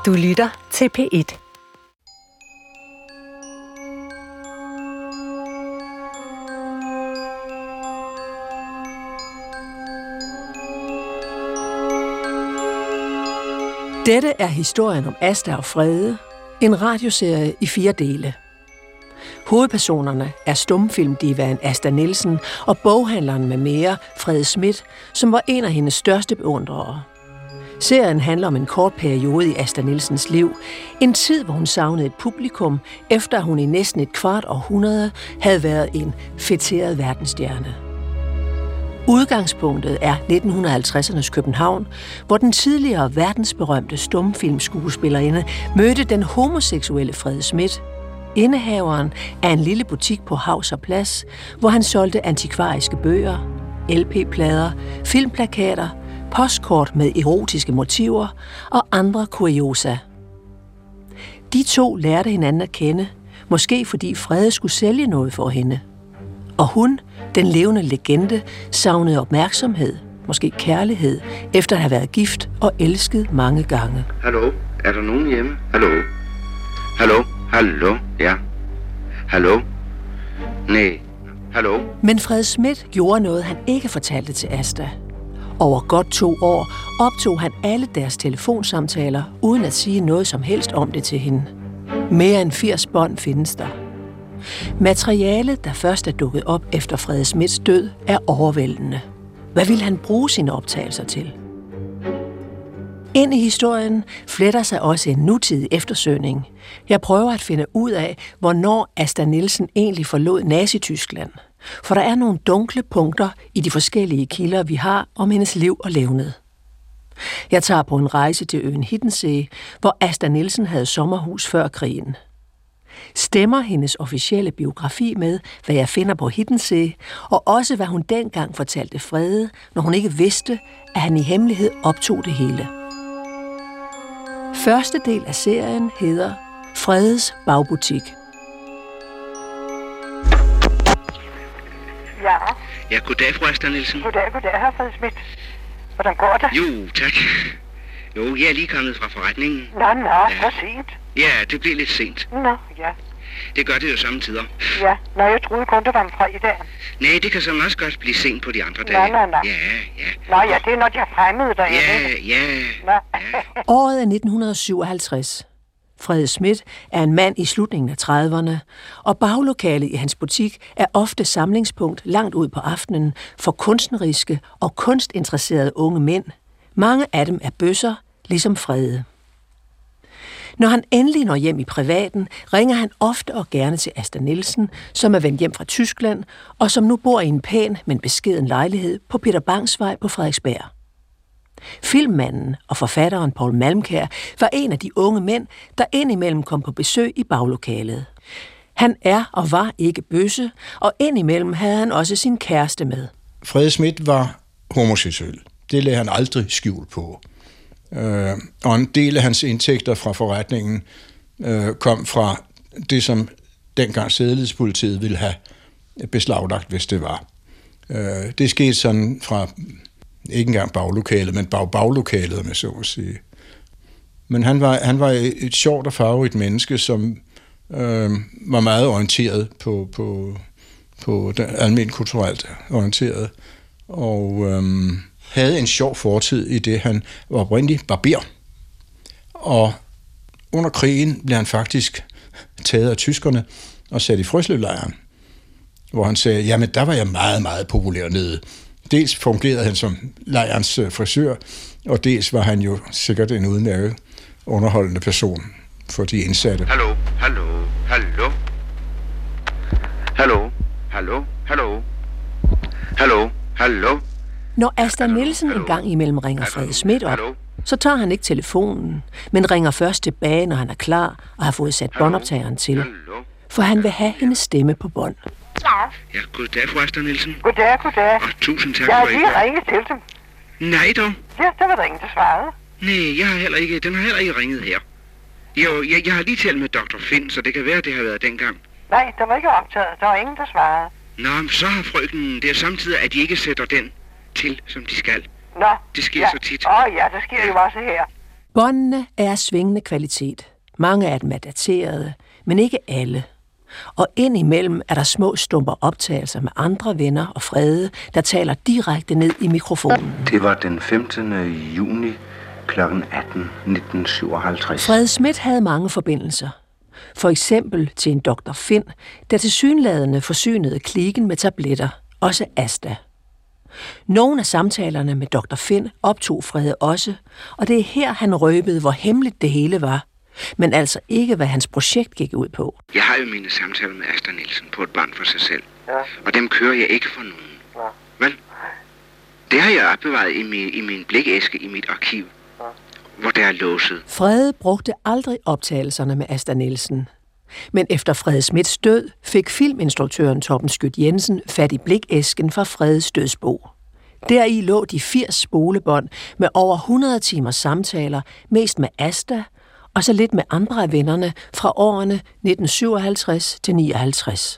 Du lytter til P1. Dette er historien om Asta og Frede, en radioserie i 4 dele. Hovedpersonerne er stumfilmdivaen Asta Nielsen og boghandleren med mere, Frede Schmidt, som var en af hendes største beundrere. Serien handler om en kort periode i Asta Nielsens liv, en tid, hvor hun savnede et publikum, efter hun i næsten et kvart århundrede havde været en fætteret verdensstjerne. Udgangspunktet er 1950'ernes København, hvor den tidligere verdensberømte stumfilmskuespillerinde mødte den homoseksuelle Frede Schmidt, indehaveren af en lille butik på Haus og Plads, hvor han solgte antikvariske bøger, LP-plader, filmplakater, postkort med erotiske motiver og andre kuriosa. De to lærte hinanden at kende, måske fordi Frede skulle sælge noget for hende. Og hun, den levende legende, savnede opmærksomhed, måske kærlighed, efter at have været gift og elsket mange gange. Hallo, er der nogen hjemme? Hallo? Hallo? Hallo? Ja. Hallo? Nej. Hallo? Men Frede Schmidt gjorde noget, han ikke fortalte til Asta. Over godt 2 år optog han alle deres telefonsamtaler, uden at sige noget som helst om det til hende. Mere end 80 bånd findes der. Materialet, der først er dukket op efter Frede Schmidts død, er overvældende. Hvad ville han bruge sine optagelser til? Ind i historien fletter sig også en nutidig eftersøgning. Jeg prøver at finde ud af, hvornår Asta Nielsen egentlig forlod Nazi-Tyskland. For der er nogle dunkle punkter i de forskellige kilder, vi har om hendes liv og levned. Jeg tager på en rejse til øen Hiddensee, hvor Asta Nielsen havde sommerhus før krigen. Stemmer hendes officielle biografi med, hvad jeg finder på Hiddensee, og også hvad hun dengang fortalte Frede, når hun ikke vidste, at han i hemmelighed optog det hele. Første del af serien hedder Fredes bagbutik. Ja. Ja, goddag, fru Asta Nielsen. Goddag, herr Frede Schmidt. Hvordan går det? Jo, tak. Jo, jeg er lige kommet fra forretningen. Nå, så sent. Ja, det blev lidt sent. Nå, ja. Det gør det jo samtidig. Ja, jeg troede kun, det var en fredag. Nej, det kan så også godt blive sent på de andre dage. Nå. Ja. Nå, ja, det er, når de er fremmede derinde. Ja. Året er 1957. Frede Schmidt er en mand i slutningen af 30'erne, og baglokalet i hans butik er ofte samlingspunkt langt ud på aftenen for kunstneriske og kunstinteresserede unge mænd. Mange af dem er bøsser, ligesom Frede. Når han endelig når hjem i privaten, ringer han ofte og gerne til Asta Nielsen, som er vendt hjem fra Tyskland, og som nu bor i en pæn, men beskeden lejlighed på Peter Bangs Vej på Frederiksberg. Filmmanden og forfatteren Poul Malmkjær var en af de unge mænd, der indimellem kom på besøg i baglokalet. Han er og var ikke bøsse, og indimellem havde han også sin kæreste med. Frede Schmidt var homoseksuel. Det lagde han aldrig skjul på. Og en del af hans indtægter fra forretningen kom fra det, som dengang sædelighedspolitiet ville have beslaglagt, hvis det var. Det skete sådan fra ikke engang baglokalet, men baglokalet, om jeg så at sige. Men han var et sjovt og farverigt menneske, som var meget orienteret på den almindeligt kulturelt orienteret, og havde en sjov fortid i det, han var oprindelig barber. Og under krigen blev han faktisk taget af tyskerne og sat i Frøslevlejren, hvor han sagde, jamen der var jeg meget, meget populær nede. Dels fungerede han som lejrens frisør, og dels var han jo sikkert en udmærket underholdende person for de indsatte. Hallo. Når Asta Nielsen en gang imellem ringer Frede Schmidt op, så tager han ikke telefonen, men ringer først tilbage, når han er klar og har fået sat båndoptageren til. For han vil have hendes stemme på bånd. Ja, goddag, fru Asta Nielsen. Goddag. Og tusind tak Jeg for har lige ringet til dem. Nej dog. Ja, der var der ingen, der svarede. Nej, den har heller ikke ringet her. Jo, jeg har lige talt med Dr. Finn, så det kan være, det har været dengang. Nej, der var ikke optaget. Der var ingen, der svarede. Nå, men så har frøken det er samtidig, at de ikke sætter den til, som de skal. Nå. Det sker så tit. Ja, det sker jo også her. Båndene er af svingende kvalitet. Mange af dem er daterede, men ikke alle. Og indimellem er der små stumper optagelser med andre venner og Frede, der taler direkte ned i mikrofonen. Det var den 15. juni kl. 1957. Frede Smith havde mange forbindelser. For eksempel til en Dr. Finn, der tilsyneladende forsynede kliken med tabletter, også Asta. Nogle af samtalerne med Dr. Finn optog Frede også, og det er her, han røbede, hvor hemmeligt det hele var, men altså ikke, hvad hans projekt gik ud på. Jeg har jo mine samtaler med Asta Nielsen på et bånd for sig selv, og dem kører jeg ikke for nogen. Vel? Det har jeg opbevaret i min blikæske i mit arkiv, hvor det er låset. Frede brugte aldrig optagelserne med Asta Nielsen. Men efter Frede Smiths død fik filminstruktøren Torben Skyt Jensen fat i blikæsken fra Fredes dødsbo. Deri lå de 80 spolebånd med over 100 timers samtaler, mest med Asta, og så lidt med andre af vennerne fra årene 1957 til 59.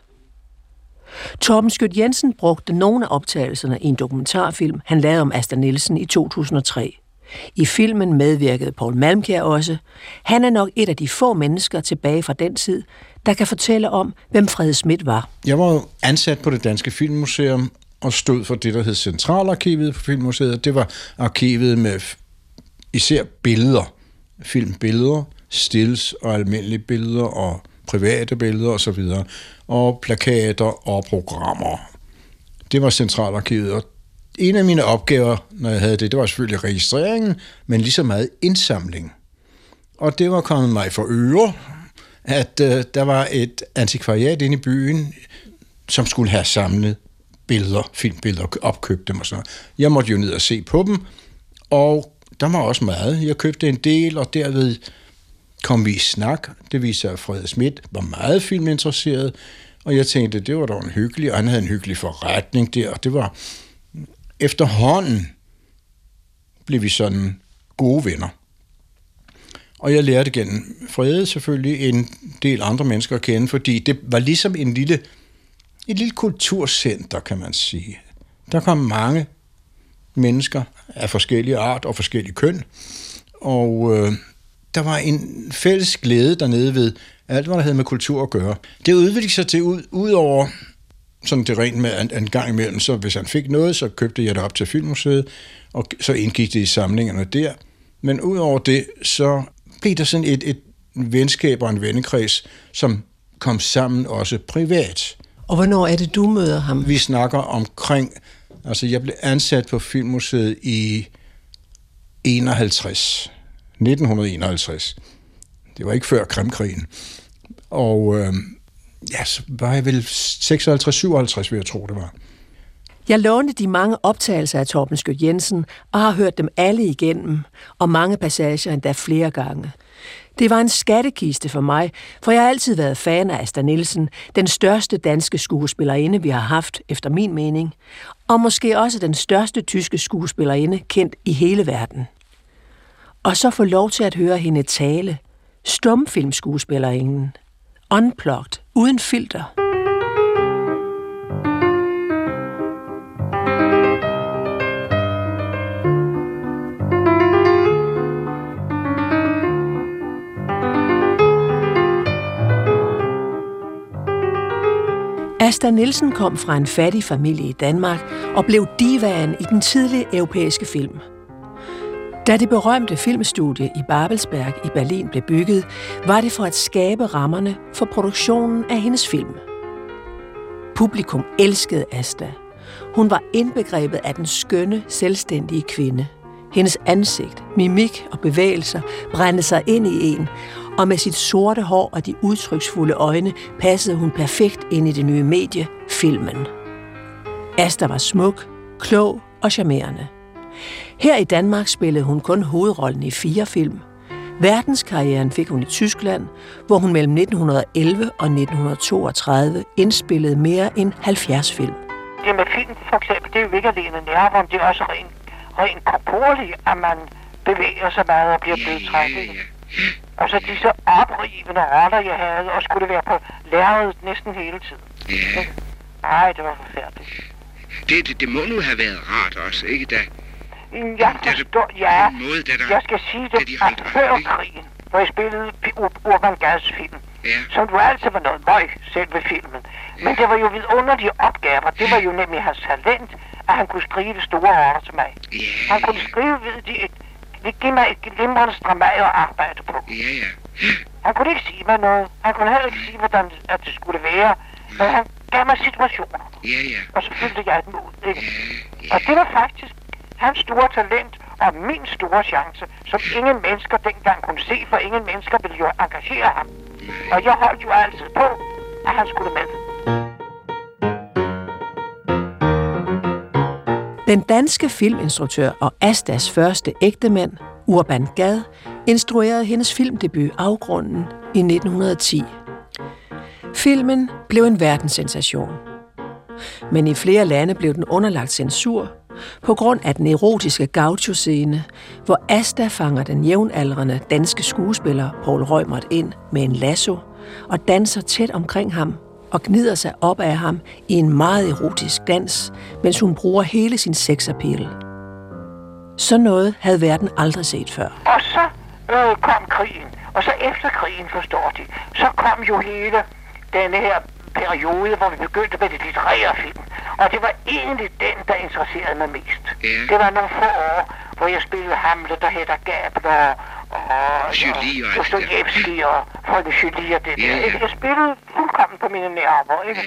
Torben Skyt Jensen brugte nogle af optagelserne i en dokumentarfilm, han lavede om Asta Nielsen i 2003. I filmen medvirkede Poul Malmkjær også. Han er nok et af de få mennesker tilbage fra den tid, der kan fortælle om, hvem Frede Smith var. Jeg var jo ansat på det Danske Filmmuseum og stod for det, der hed Centralarkivet på Filmmuseet. Det var arkivet med især billeder, filmbilleder, stills og almindelige billeder og private billeder osv. Og plakater og programmer. Det var Centralarkivet, og en af mine opgaver, når jeg havde det var selvfølgelig registreringen, men lige så meget indsamling. Og det var kommet mig for øre, at der var et antikvariat inde i byen, som skulle have samlet billeder, filmbilleder, opkøbt dem og sådan noget. Jeg måtte jo ned og se på dem, og der var også meget. Jeg købte en del, og derved kom vi i snak. Det viste sig, at Frede Smith var meget filminteresseret, og jeg tænkte, det var dog en hyggelig, og han havde en hyggelig forretning der, og det var efterhånden blev vi sådan gode venner. Og jeg lærte gennem Frede selvfølgelig en del andre mennesker at kende, fordi det var ligesom et lille kulturcenter, kan man sige. Der kom mange mennesker af forskellige art og forskellige køn, og der var en fælles glæde dernede ved alt, hvad der havde med kultur at gøre. Det udviklede sig til ud over sådan det rent med en gang imellem, så hvis han fik noget, så købte jeg det op til Filmmuseet, og så indgik det i samlingerne der. Men udover det, så blev der sådan et venskab og en vennekreds, som kom sammen også privat. Og hvornår er det, du møder ham? Vi snakker omkring, altså jeg blev ansat på Filmmuseet i 1951. Det var ikke før Krimkrigen. Og ja, så var jeg vel 56-57, vil jeg tro, det var. Jeg lånte de mange optagelser af Torben Skyt Jensen, og har hørt dem alle igennem, og mange passager endda flere gange. Det var en skattekiste for mig, for jeg har altid været fan af Asta Nielsen, den største danske skuespillerinde, vi har haft, efter min mening, og måske også den største tyske skuespillerinde, kendt i hele verden. Og så få lov til at høre hende tale, stumfilmskuespillerinden, unplugged, uden filter. Asta Nielsen kom fra en fattig familie i Danmark og blev divaen i den tidlige europæiske film. Da det berømte filmstudie i Babelsberg i Berlin blev bygget, var det for at skabe rammerne for produktionen af hendes film. Publikum elskede Asta. Hun var indbegrebet af den skønne, selvstændige kvinde. Hendes ansigt, mimik og bevægelser brændte sig ind i en, og med sit sorte hår og de udtryksfulde øjne passede hun perfekt ind i det nye medie, filmen. Asta var smuk, klog og charmerende. Her i Danmark spillede hun kun hovedrollen i 4 film. Verdenskarrieren fik hun i Tyskland, hvor hun mellem 1911 og 1932 indspillede mere end 70 film. Det med film, for eksempel, det er jo ikke alene nerverne, det er også rent korporligt, at man bevæger sig meget og bliver blevet trættet. Og så disse oprivende roller, jeg havde, og skulle være på lærredet næsten hele tiden. Nej, det var forfærdeligt. Det må nu have været rart også, ikke da? Jeg forstår, ja. Jeg skal sige det, at før krigen, hvor jeg spillede Urban Gads film, som du altid var noget møg selv ved filmen. Men det var jo vidunderlige opgaver. Det var jo nemlig hans talent, at han kunne skrive store roller til mig. Han kunne skrive, det giver mig et glimrende stramad at arbejde på. Han kunne ikke sige mig noget. Han kunne heller ikke sige, hvordan at det skulle være. Men han gav mig situationer. Og så følte jeg et mod, ikke? Og det var faktisk hans store talent og min store chance, som ingen mennesker dengang kunne se, for ingen mennesker ville jo engagere ham. Og jeg holdt jo altid på, at han skulle med. Den danske filminstruktør og Astas første ægtemand, Urban Gad, instruerede hendes filmdebut Afgrunden i 1910. Filmen blev en verdenssensation. Men i flere lande blev den underlagt censur på grund af den erotiske gaucho-scene, hvor Asta fanger den jævnaldrende danske skuespiller Poul Reumert ind med en lasso og danser tæt omkring ham og gnider sig op af ham i en meget erotisk dans, mens hun bruger hele sin sexappeal. Så noget havde verden aldrig set før. Og så kom krigen, og så efter krigen, forstår de, så kom jo hele denne her periode, hvor vi begyndte med det litterære film. Og det var egentlig den, der interesserede mig mest. Det var nogle få år, hvor jeg spillede Hamlet og Hedda Gabler og Dostojevskij og Frøken Julie og det der. Jeg spillede fuldkommen på mine nerver, ikke?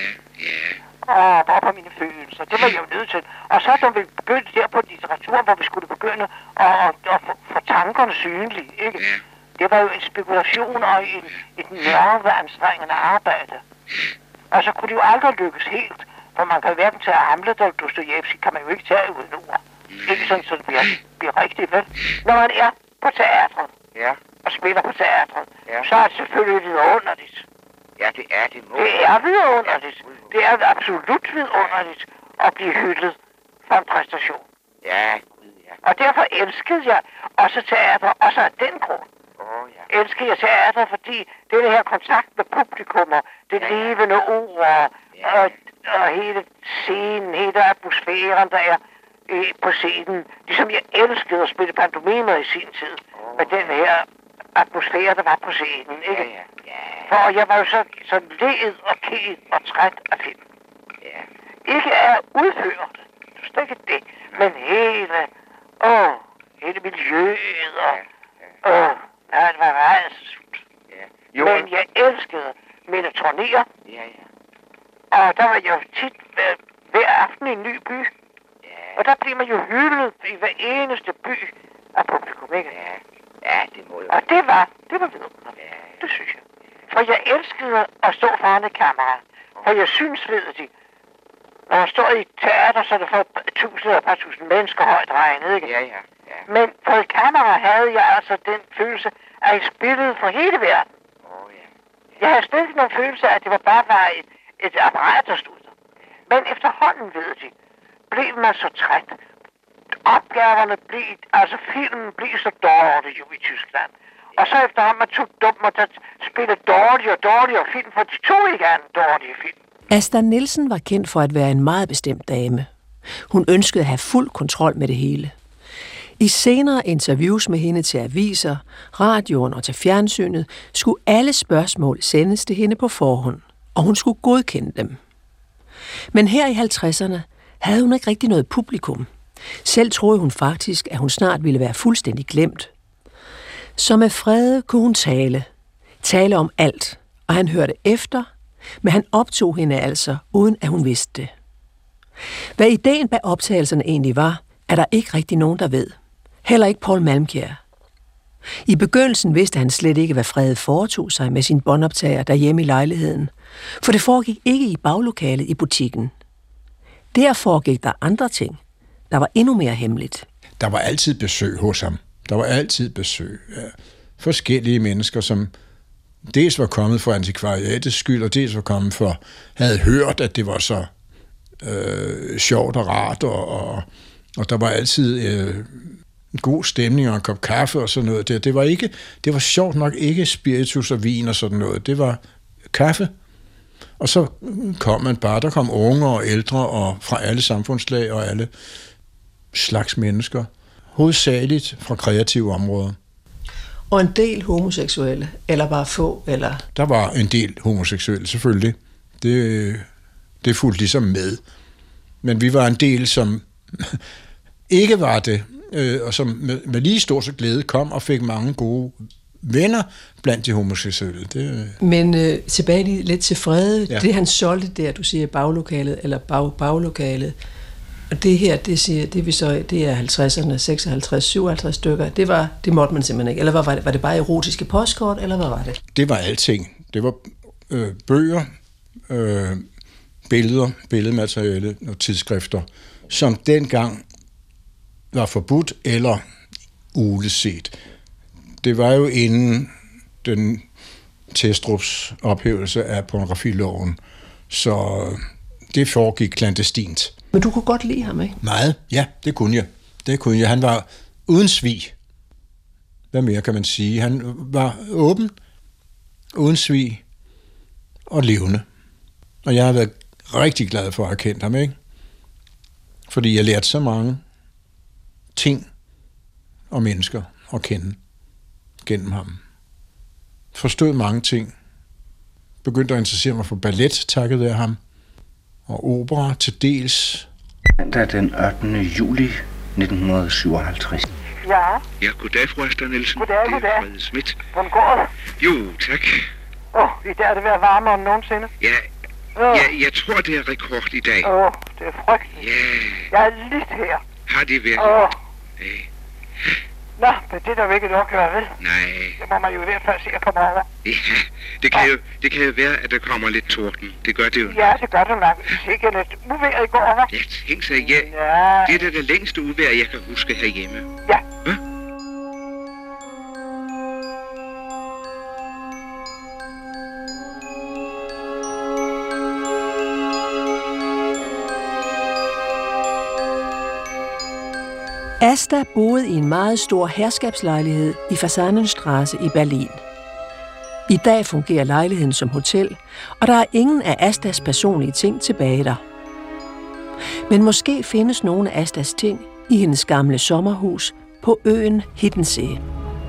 Og bare på mine følelser. Det var jeg jo nødt til. Og så da vi begyndte der på litteratur, hvor vi skulle begynde at få tankerne synlige, ikke? Det var jo en spekulation og et nerveanstrengende arbejde. Og så kunne det jo aldrig lykkes helt, for man kan jo hverken tage Hamlet og Dostojevskij, kan man jo ikke tage uden ord. Ikke sådan, så det bliver rigtigt, vel? Når man er på teatret, og spiller på teatret, så er det selvfølgelig vidunderligt. Ja, det er det. Det er vidunderligt. Det er absolut vidunderligt at blive hyldet for en præstation. Ja. Og derfor elskede jeg også teater, også af den grund. Elskede jeg teater, fordi det er det her kontakt med publikum og det levende ord og hele scenen, hele atmosfæren, der er på scenen. Ligesom jeg elskede at spille pantomimer i sin tid med den her atmosfære, der var på scenen, ikke? For jeg var jo så led og ked og træt af film. Ikke af udført, du forstår ikke det, men hele miljøet og det var rejsesult. Men jeg elskede mine turnéer. Og der var jeg tit hver aften i en ny by. Og der blev man jo hyldet i hver eneste by af publikum, ikke? Ja, det må jo. Og det var vidunderligt. Det synes jeg. For jeg elskede at stå foran et kamera. For jeg synes, ved de, når man står i teater, så er det for 1000 eller et par tusind mennesker højt regnet, ikke? Men for et kamera havde jeg altså den følelse, at jeg spillede for hele verden. Jeg havde slet ikke nogen følelse af, at det bare var et apparat, der stod der. Men efterhånden, ved de, blev man så træt. Opgaverne blev, altså filmen blev så dårlig jo i Tyskland. Og så efterhånden man tog dumt at spille dårligere film, for de tog ikke an dårlige film. Asta Nielsen var kendt for at være en meget bestemt dame. Hun ønskede at have fuld kontrol med det hele. I senere interviews med hende til aviser, radioen og til fjernsynet skulle alle spørgsmål sendes til hende på forhånd, og hun skulle godkende dem. Men her i 50'erne havde hun ikke rigtig noget publikum. Selv troede hun faktisk, at hun snart ville være fuldstændig glemt. Så med Frede kunne hun tale om alt, og han hørte efter, men han optog hende altså, uden at hun vidste det. Hvad ideen bag optagelserne egentlig var, er der ikke rigtig nogen, der ved. Heller ikke Poul Malmkjær. I begyndelsen vidste han slet ikke, hvad Frede foretog sig med sin båndoptager derhjemme i lejligheden, for det foregik ikke i baglokalet i butikken. Der foregik der andre ting, der var endnu mere hemmeligt. Der var altid besøg hos ham. Der var altid besøg af forskellige mennesker, som dels var kommet for antikvariatets skyld, og dels var kommet for, havde hørt, at det var så sjovt og rart, og der var altid en god stemning og en kop kaffe og sådan noget der. Det var sjovt nok ikke spiritus og vin og sådan noget. Det var kaffe. Og så kom man bare, der kom unge og ældre og fra alle samfundslag og alle slags mennesker. hovedsageligt fra kreative områder. Og en del homoseksuelle, eller bare få, eller? Der var en del homoseksuelle, selvfølgelig. Det fulgte ligesom med. Men vi var en del, som ikke var det, og som med lige stor så glæde kom og fik mange gode venner blandt de homoseksuelle. Men tilbage lidt til Frede, ja. Det han solgte der, du siger baglokalet, eller baglokalet, og det her, det er 50'erne, 56, 57 stykker, det måtte man simpelthen ikke. Eller var det bare erotiske postkort, eller hvad var det? Det var alting. Det var bøger, billeder, billedmateriale og tidsskrifter, som dengang var forbudt eller uleset. Det var jo inden den Testrups ophævelse af pornografiloven, så det foregik klandestint. Men du kunne godt lide ham, ikke? Meget, ja, det kunne jeg. Han var uden svig. Hvad mere kan man sige? Han var åben, uden svig og levende. Og jeg har været rigtig glad for at have kendt ham, ikke? Fordi jeg lærte så mange ting og mennesker at kende gennem ham. Forstod mange ting. Begyndte at interessere mig for ballet, takket være ham. Og opera til dels. Der den 8. juli 1957. Ja. Ja, goddag, fru Asta Nielsen. Goddag. Det er Frede Schmidt. Hvordan går det? Jo, tak. I dag er det ved at varmere end nogensinde. Ja, jeg tror, det er rekord i dag. Det er frygteligt. Ja. Jeg er lidt her. Har de virkelig? Nå, men det er der jo ikke noget at gøre ved. Nej. Det må man jo i hvert fald se at komme over. Ja, det kan jo være, at der kommer lidt torden. Det gør det jo. Ja, det gør det nok. Ikke lidt uvejr i går, over. Ja, tænk sig, ja. Det er det længste uvejr, jeg kan huske herhjemme. Ja. Hva? Asta boede i en meget stor herskabslejlighed i Fasanenstraße i Berlin. I dag fungerer lejligheden som hotel, og der er ingen af Astas personlige ting tilbage der. Men måske findes nogle af Astas ting i hendes gamle sommerhus på øen Hiddensee.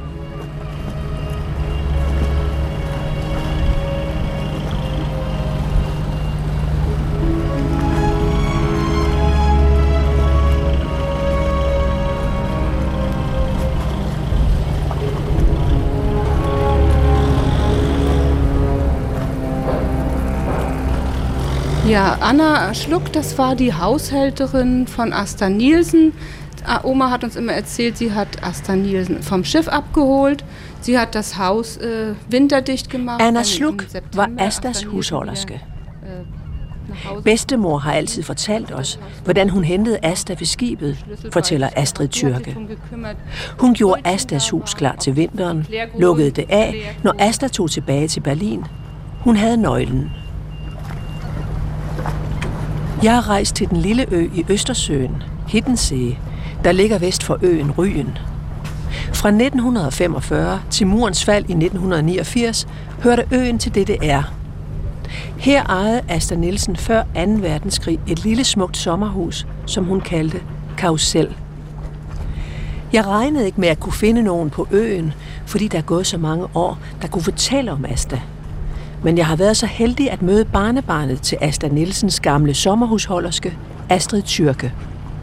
Ja, Anna Schluck, das war die Haushälterin von Asta Nielsen. Oma hat uns immer erzählt, sie hat Asta Nielsen vom Schiff abgeholt. Sie hat das Haus winterdicht gemacht. Anna Schluck var Astas husholderske. Bedstemor har altid fortalt os, hvordan hun hentede Asta ved skibet, fortæller Astrid Tyrke. Hun gjorde Astas hus klar til vinteren, lukkede det af, når Asta tog tilbage til Berlin. Hun havde nøglen. Jeg har rejst til den lille ø i Østersøen, Hiddensee, der ligger vest for øen Rügen. Fra 1945 til murens fald i 1989 hørte øen til DDR. Her ejede Asta Nielsen før 2. verdenskrig et lille smukt sommerhus, som hun kaldte Karusel. Jeg regnede ikke med at kunne finde nogen på øen, fordi der er gået så mange år, der kunne fortælle om Asta. Men jeg har været så heldig at møde barnebarnet til Asta Nielsens gamle sommerhusholderske, Astrid Tyrke.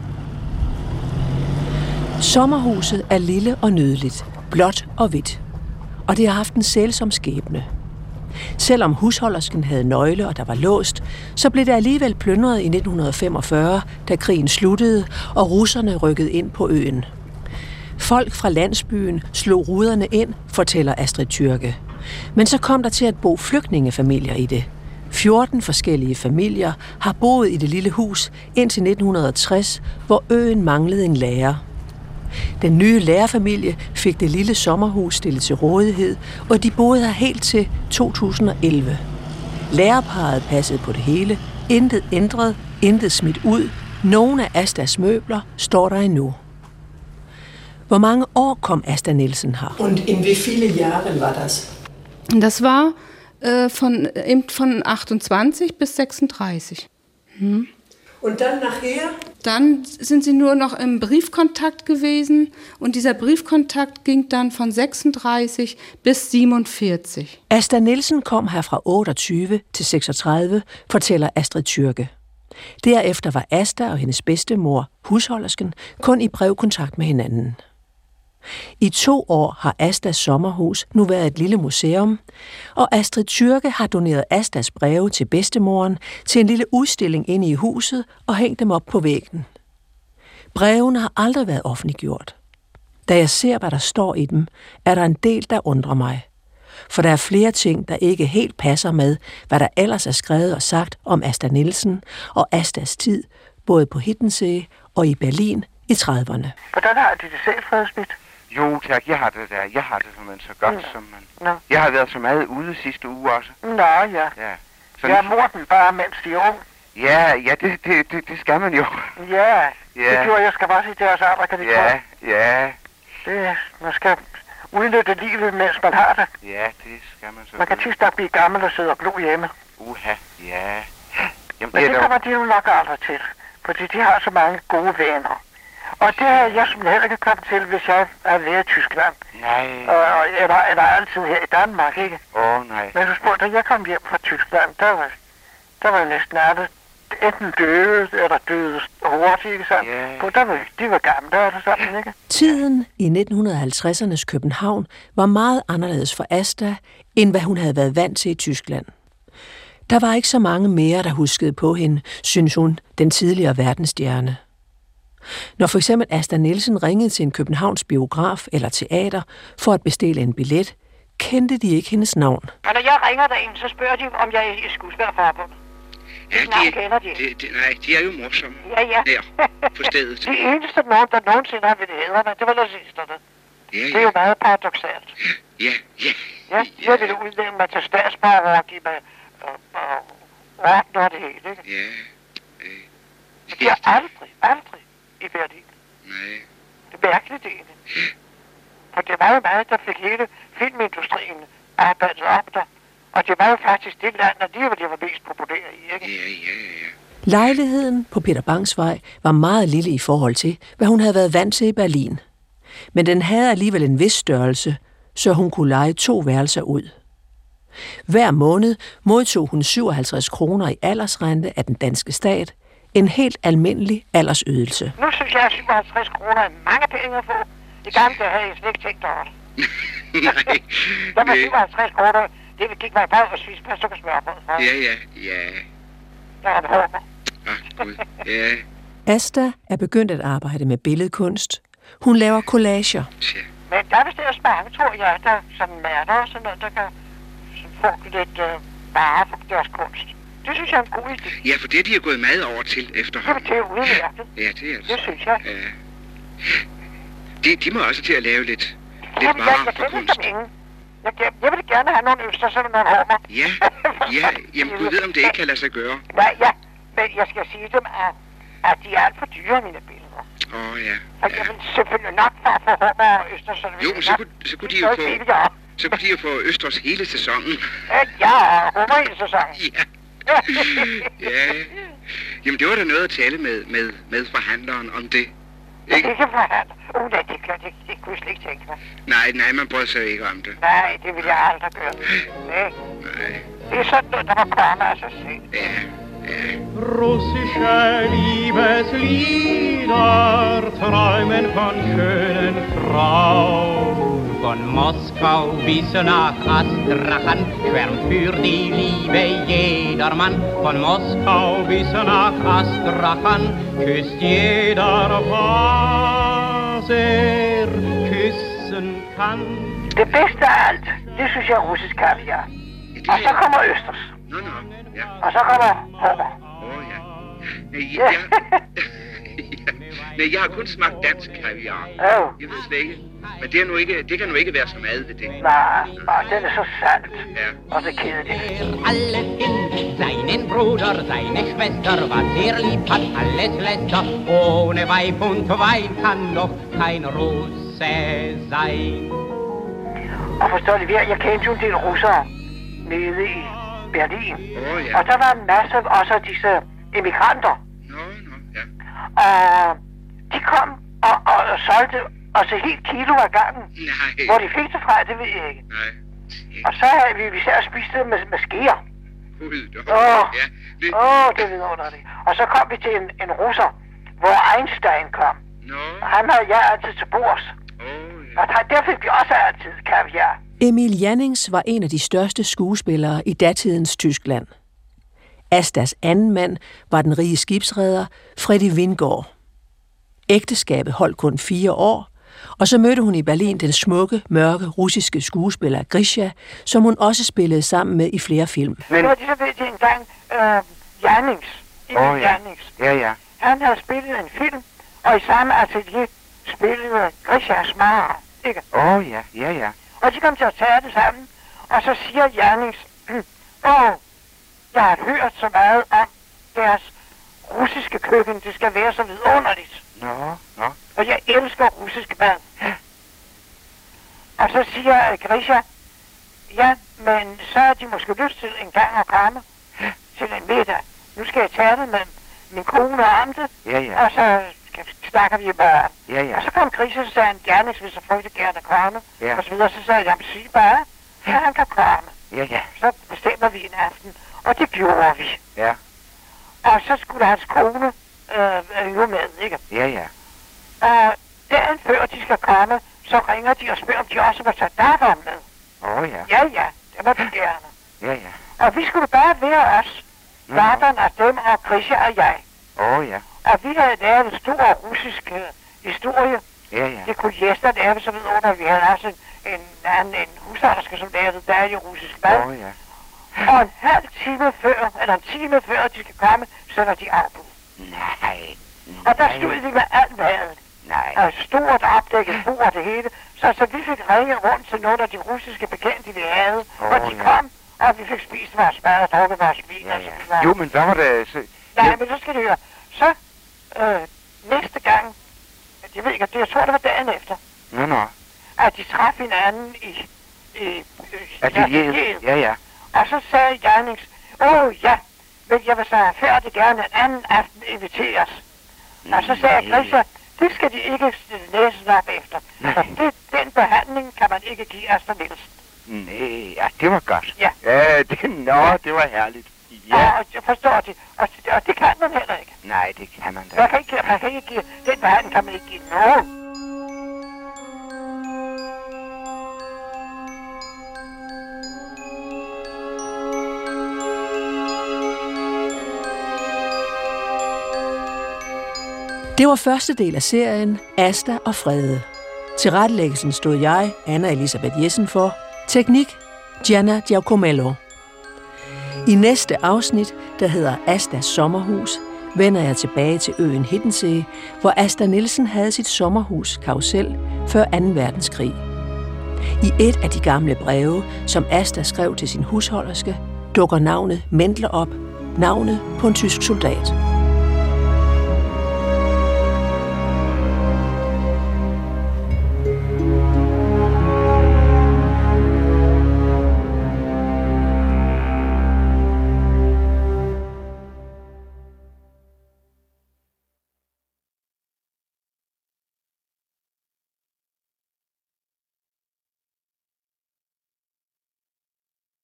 Sommerhuset er lille og nydeligt, blåt og hvidt, og det har haft en sælsom skæbne. Selvom husholdersken havde nøgle, og der var låst, så blev det alligevel plyndret i 1945, da krigen sluttede, og russerne rykkede ind på øen. Folk fra landsbyen slog ruderne ind, fortæller Astrid Tyrke. Men så kom der til at bo flygtningefamilier i det. 14 forskellige familier har boet i det lille hus indtil 1960, hvor øen manglede en lærer. Den nye lærerfamilie fik det lille sommerhus stillet til rådighed, og de boede her helt til 2011. Lærerparret passede på det hele, intet ændret, intet smidt ud. Nogle af Astas møbler står der endnu. Hvor mange år kom Asta Nielsen her? Und in wie viele Jahren war das? Das war von 28 bis 36. Und dann nachher Dann sind sie nur noch im Briefkontakt gewesen und dieser Briefkontakt ging dann von 36 bis 47. Asta Nielsen kom her fra 28 til 36, fortæller Astrid Tyrke. Derefter var Asta og hendes bedstemor, husholdersken, kun i brevkontakt med hinanden. I 2 år har Astas sommerhus nu været et lille museum, og Astrid Tyrke har doneret Astas breve til bedstemoren til en lille udstilling inde i huset og hængt dem op på væggen. Brevene har aldrig været offentliggjort. Da jeg ser, hvad der står i dem, er der en del, der undrer mig. For der er flere ting, der ikke helt passer med, hvad der ellers er skrevet og sagt om Asta Nielsen og Astas tid, både på Hiddensee og i Berlin i 30'erne. Hvordan har de det selv, Fredensmith? Jo, tak, jeg har det simpelthen så godt, som man... Nå. Jeg har været så meget ude sidste uge også. Nå, ja. Jeg er morten bare, mens de er unge. Ja, det skal man jo. Ja, det gjorde jeg skal bare sige deres arbejde, kan det gå. Ja. Man skal udnytte livet, mens man har det. Ja, det skal man så. Man kan tit nok blive gammel og sidde og glo hjemme. Ja. Jamen, men det kommer de jo nok aldrig til, fordi de har så mange gode venner. Og det har jeg som heller ikke kommet til, hvis jeg har været i Tyskland. Nej. Eller altid her i Danmark, ikke? Nej. Men du spurgte, da jeg kom hjem fra Tyskland, der var næsten alle enten døde eller døde hurtigt, ikke sant? Yeah. De var gamle, eller sådan, ikke? Tiden i 1950'ernes København var meget anderledes for Asta, end hvad hun havde været vant til i Tyskland. Der var ikke så mange mere, der huskede på hende, synes hun, den tidligere verdensstjerne. Når for eksempel Asta Nielsen ringede til en Københavns biograf eller teater for at bestille en billet, kendte de ikke hendes navn. Og når jeg ringer derinde, så spørger de, om jeg er i skuespillerforbundet. Ja, de er jo morsomme. Ja. Der, på stedet. Det eneste nogen, der nogensinde har været hæderne, det var nazisterne. Ja. Det er jo meget paradoksalt. Ja. De har ville udnævne mig til statsborger og give mig orden og det hele, ikke? Ja. Men de har aldrig i Berlin. Nej. Det er mærkeligt, det ene. For det var jo meget, der fik hele filmindustrien arbejdet op der. Og det var jo faktisk det land, alligevel de var mest populære i, ikke? Ja. Lejligheden på Peter Bangs Vej var meget lille i forhold til, hvad hun havde været vant til i Berlin. Men den havde alligevel en vis størrelse, så hun kunne leje 2 værelser ud. Hver måned modtog hun 57 kroner i aldersrente af den danske stat, en helt almindelig aldersydelse. Nu synes jeg, at 57 kroner er mange penge at få. I gamle dage havde jeg slet ikke tænkt over det. Nej. Der var 57 kroner. Det gik mig bare og spise på stykker smørbrød. Ja. Der var det håber. Gud. Ja. Asta er begyndt at arbejde med billedkunst. Hun laver collager. Men der er vist ellers mange, tror jeg, der sådan maler og sådan noget, der kan få lidt bare for deres kunst. Det synes jeg er en god idé. Ja, for det de er gået meget over til efterhånden. Det er udmærket. Ja, det er det. Det synes jeg. Ja. De må også til at lave lidt varer for kunst. Jeg vil gerne have nogle østers eller nogle hummer. Ja. Jamen, Gud ved, om det ikke kan lade sig gøre. Nej, ja. Men jeg skal sige dem, at de er alt for dyre, mine billeder. Ja. Og jeg vil selvfølgelig nok bare få hummer og østers. Jo, men så kunne de jo få østers hele sæsonen. Ja, hummer hele sæsonen. Ja. Jamen, det var da noget at tale med forhandleren om det. Ikke forhandler. Nej, det kunne jeg slet ikke tænke mig. Nej, man brød sig ikke om det. Nej, det vil jeg aldrig gøre. Nej. Det er sådan noget, der må komme af sig selv. Ja. Russische Liebeslieder träumen von schönen Frauen. Von Moskau bis nach Astrachan schwärmt für die Liebe jedermann. Von Moskau bis nach Astrachan küsst jeder, was kyssen kan. Det bedste af alt, det synes jeg er russisk kaviar. Og så kommer østers. Nå, ja. Og så kommer hummer. Ja. Nej, jeg har kun smagt dansk kaviar. Jeg ved slet ikke. Men det kan nu ikke være så meget ved det. Nej, den er så salt. Ja. Og så kedeligt. Alle hin, seinen Bruder, seine Schwester, was lieb hat, alles läster. Ohne Weib und Wein kann doch kein Russe sein. Og forstår det, jeg kendte jo en del russere nede i Berlin. Ja. Og der var en masse også af disse emigranter. Ja. Og de kom og solgte også helt kilo ad gangen. Nej. Hvor de fik det fra, det ved jeg ikke. Nej. Og så havde vi især spist det med skeer. Gud, Ja, det... det er vidunderligt. Og så kom vi til en russer, hvor Einstein kom. Nå. Og han havde jeg altid til bords. Ja. Og der fik vi også altid kaviar. Emil Jannings var en af de største skuespillere i datidens Tyskland. Astas anden mand var den rige skibsreder Freddy Vingård. Ægteskabet holdt kun 4 år, og så mødte hun i Berlin den smukke, mørke russiske skuespiller Grisha, som hun også spillede sammen med i flere film. Men det var så ved en gang Jannings. Jannings. Ja. Han havde spillet en film, og i samme atelier spillede Grishas mager. Ikke? Ja. Og de kom til at tage det sammen, og så siger Jannings, jeg har hørt så meget om deres russiske køkken, det skal være så vidunderligt. Nå. Og jeg elsker russiske mad. Og så siger Grisha, ja, men så har de måske lyst til en gang at komme til en middag. Nu skal jeg tage det med min kone om det, og så snakker vi bare. Og så kom Grisha, så sagde han, Jannings vil så frygtelig gerne komme, og så videre. Så sagde jeg, sig bare, ja, han kan komme. Så bestemmer vi en aften, og det gjorde vi. Ja. Og så skulle hans kone jo med, ikke? Ja. Og dagen før de skal komme, så ringer de og spørger, om de også må tage datteren med. Ja. Ja, det må de gerne. Ja. Og vi skulle bare være os, datteren og dem og Grisha og jeg. Ja. Og vi havde lavet en stor russisk historie. Ja. Det kunne Jester lave, så videre, vi havde også en husholderske, som lavede dejlig russisk mad. Ja. Og en halv time før, eller en time før de skal komme, sætter de afbud. Nej. Og der stod vi med alt maden. Nej. Og stort opdækket bord og det hele. Så vi fik ringet rundt til nogle af de russiske bekendte, vi havde. Og de kom, og vi fik spist vores mad og drukket vores vin. Ja. Jo, men hvad var det? Nej, men så skal du høre. Så næste gang, jeg ved ikke, jeg tror det var dagen efter. Nå. At de traf hinanden i atelieret. Ja. Og så sagde Jannings, ja, men jeg vil så færdig gerne en anden aften inviteres. Og så sagde Grisha, det skal de ikke stille næsen op efter. Så den behandling kan man ikke give Asta Nielsen. Nej, ja, det var godt. Ja. Det var herligt. Ja. Og jeg forstår det. Og det kan man heller ikke. Nej, det kan man da. Man kan ikke give, den behandling kan man ikke give nogen. Det var første del af serien Asta og Frede. Tilrettelæggelsen stod jeg, Anna Elisabeth Jessen, for. Teknik, Gianna Giacomello. I næste afsnit, der hedder Astas sommerhus, vender jeg tilbage til øen Hiddensee, hvor Asta Nielsen havde sit sommerhus Karusel før 2. verdenskrig. I et af de gamle breve, som Asta skrev til sin husholderske, dukker navnet Mendler op, navnet på en tysk soldat.